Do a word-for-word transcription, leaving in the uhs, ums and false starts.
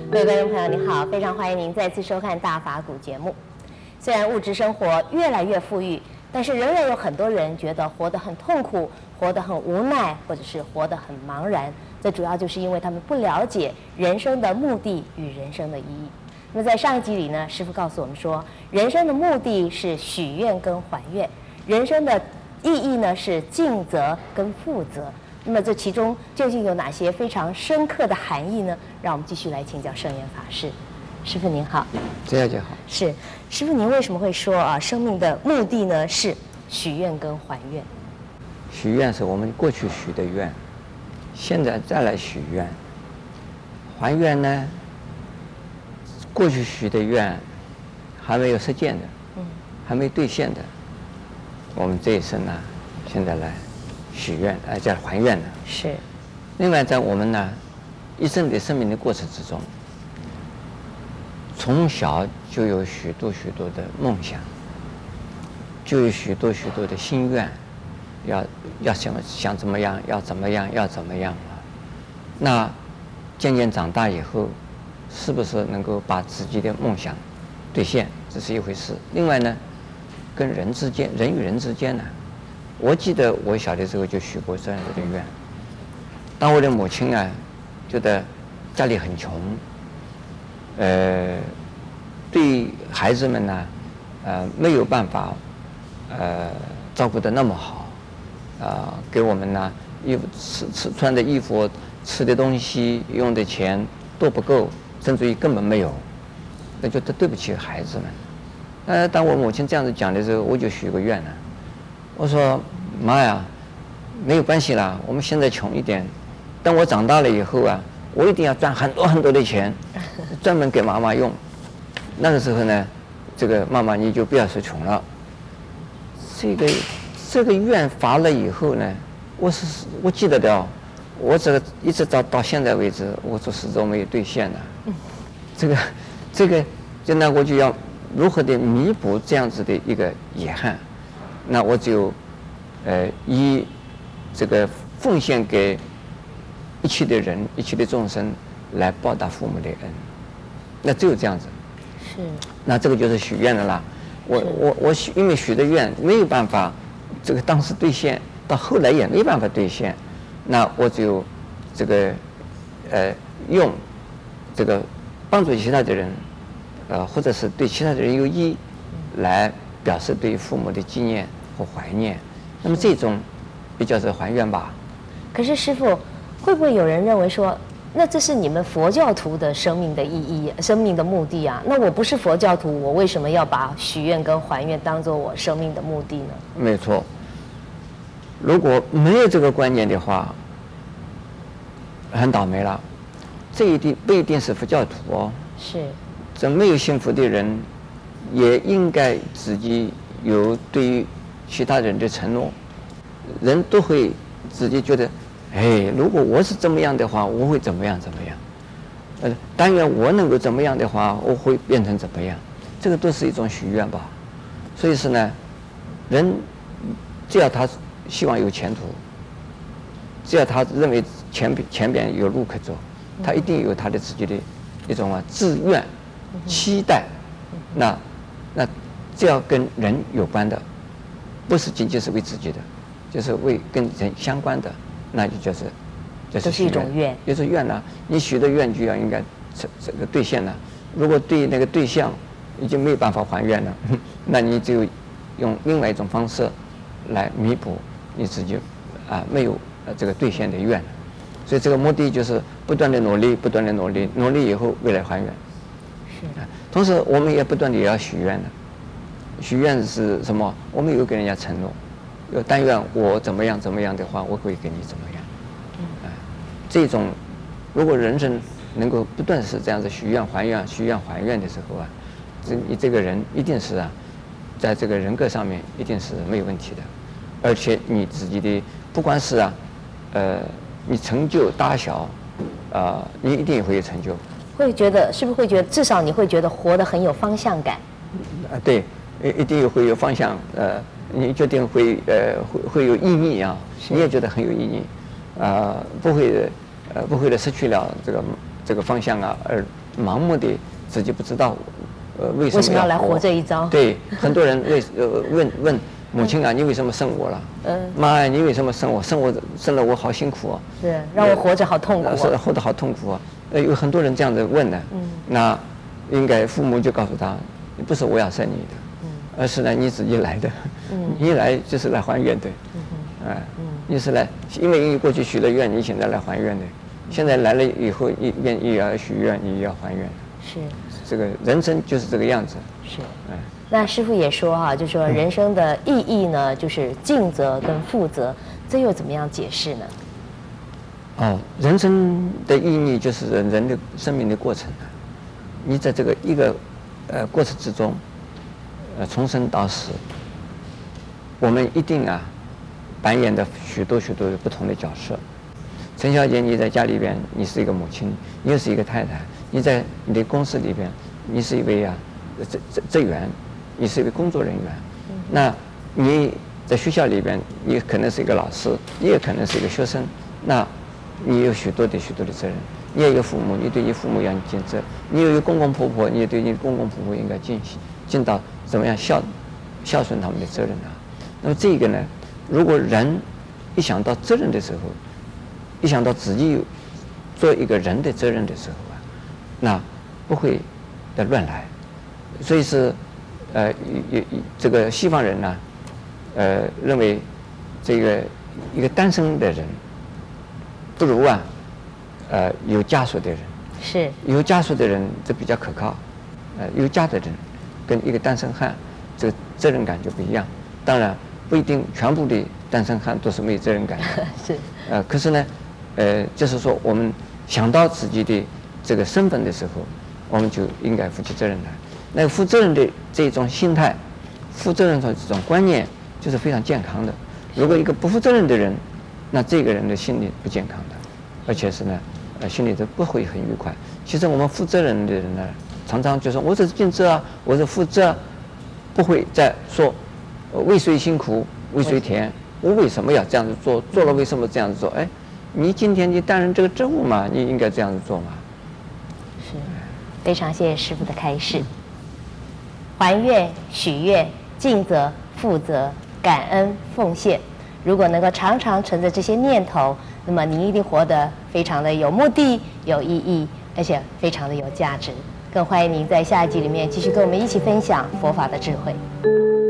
各位观众朋友，您好，非常欢迎您再次收看《大法古》节目。虽然物质生活越来越富裕，但是仍然有很多人觉得活得很痛苦，活得很无奈，或者是活得很茫然。这主要就是因为他们不了解人生的目的与人生的意义。那么在上一集里呢，师父告诉我们说，人生的目的是许愿跟还愿，人生的意义呢是尽责跟负责。那么这其中究竟有哪些非常深刻的含义呢？让我们继续来请教圣严法师。师父您好。 这样就好。 是，师父您为什么会说啊，生命的目的呢是许愿跟还愿？ 许愿是我们过去许的愿，现在再来许愿。还愿呢，过去许的愿还没有实践的，嗯，还没兑现的，我们这一生呢，现在来许愿，呃，叫还愿呢。 是。 另外，在我们呢一生的生命的过程之中，从小就有许多许多的梦想，就有许多许多的心愿，要要想想怎么样，要怎么样，要怎么样啊？那渐渐长大以后，是不是能够把自己的梦想兑现，这是一回事。另外呢，跟人之间，人与人之间呢，我记得我小的时候就许过这样的愿。当我的母亲啊，觉得家里很穷，呃，对孩子们呢，呃，没有办法，呃，照顾得那么好，啊、呃，给我们呢，衣服吃吃穿的衣服、吃的东西、用的钱都不够，甚至于根本没有，那就对不起孩子们。呃，当我母亲这样子讲的时候，我就许个愿了，我说妈呀，没有关系啦，我们现在穷一点，等我长大了以后啊，我一定要赚很多很多的钱，专门给妈妈用。那个时候呢，这个妈妈你就不要说穷了。这个这个愿发了以后呢，我是我记得的，我这个一直到到现在为止，我就始终没有兑现的。这个这个，现在我就要如何的弥补这样子的一个遗憾？那我就呃以这个奉献给一切的人、一切的众生来报答父母的恩。那只有这样子。 是。 那这个就是许愿的啦。我我我许，因为许的愿没有办法，这个当时兑现，到后来也没办法兑现，那我只有这个呃用这个帮助其他的人，呃或者是对其他的人有益，来表示对父母的纪念和怀念。那么这种比较是还愿吧。 可是师父，会不会有人认为说，那这是你们佛教徒的生命的意义、生命的目的啊？那我不是佛教徒，我为什么要把许愿跟还愿当做我生命的目的呢？ 没错。如果没有这个观念的话，很倒霉了。这一定不一定是佛教徒哦。 是。 这没有信佛的人，也应该自己有对于其他人的承诺。人都会自己觉得，哎，如果我是怎么样的话，我会怎么样怎么样。呃，但愿我能够怎么样的话，我会变成怎么样。这个都是一种许愿吧。所以说呢，人只要他希望有前途，只要他认为前边前边有路可走，他一定有他的自己的一种啊志愿、期待。那那只要跟人有关的，不是仅仅是为自己的，就是为跟人相关的，那就就是就是是一种愿， 就是愿呢。你许的愿就要应该这这个兑现了。如果对那个对象已经没有办法还愿了，那你就用另外一种方式来弥补你自己啊没有呃这个兑现的愿。所以这个目的就是不断的努力，不断的努力，努力以后未来还愿。 是。 同时我们也不断的也要许愿的。许愿是什么？我们有给人家承诺，有但愿我怎么样怎么样的话，我会给你怎么样。嗯。啊，这种如果人生能够不断是这样子许愿还愿、许愿还愿的时候啊，这你这个人一定是啊，在这个人格上面一定是没有问题的，而且你自己的不管是啊，呃，你成就大小，啊、呃，你一定会有成就。 会觉得是不是会觉得至少你会觉得活得很有方向感？ 啊，对。一定会有方向，呃，你决定会呃会会有意义啊，你也觉得很有意义，啊、呃，不会呃不会的失去了这个这个方向啊，而盲目的自己不知道，呃，为什么为什么要来活活这一遭？ 对，很多人为呃问问母亲啊，你为什么生我了？ 嗯， 妈呀，你为什么生我？生我生了我好辛苦啊！ 是让我活着好痛苦、啊， 是活得好痛苦啊！呃，有很多人这样子问的。 嗯， 那应该父母就告诉他，不是我要生你的，嗯，而是呢你自己来的。嗯，你一来就是来还愿的。嗯哼，哎，嗯，你是来，因为你过去许了愿，你现在来还愿的。现在来了以后，你愿意要许愿，你要还愿。 是， 这个人生就是这个样子。 是，哎。那师父也说哈、啊，就说人生的意义呢，就是尽责跟负责，这又怎么样解释呢？ 哦，人生的意义就是人人的生命的过程啊。你在这个一个呃过程之中，呃从生到死，我们一定啊扮演的许多许多的不同的角色。陈小姐，你在家里边，你是一个母亲，你又是一个太太；你在你的公司里边，你是一位啊职职职员。你是一个工作人员，那你在学校里边，你可能是一个老师，你也可能是一个学生，那你有许多的许多的责任。你也有父母，你对你父母要尽责；你也有公公婆婆，你也对你公公婆婆应该尽尽到怎么样孝孝顺他们的责任啊。那么这个呢，如果人一想到责任的时候，一想到自己有做一个人的责任的时候啊，那不会的乱来。所以是。呃，有有这个西方人呢，呃，认为这个一个单身的人不如啊，呃，有家属的人。 是。 有家属的人这比较可靠，呃，有家的人跟一个单身汉这个责任感就不一样。当然不一定全部的单身汉都是没有责任感的。 是。 呃，可是呢，呃，就是说我们想到自己的这个身份的时候，我们就应该负起责任来。那个负责任的这种心态，负责任的这种观念，就是非常健康的。如果一个不负责任的人，那这个人的心理不健康的，而且是呢，呃，心里都不会很愉快。其实我们负责任的人呢，常常就说我是尽责啊，我是负责，不会再说为谁辛苦为谁甜，我为什么要这样子做？做了为什么这样子做？哎，你今天你担任这个职务嘛，你应该这样子做嘛。 是，非常谢谢师父的开示。还愿、许愿、尽责、负责、感恩、奉献，如果能够常常存着这些念头，那么您一定活得非常的有目的、有意义，而且非常的有价值。更欢迎您在下一集里面继续跟我们一起分享佛法的智慧。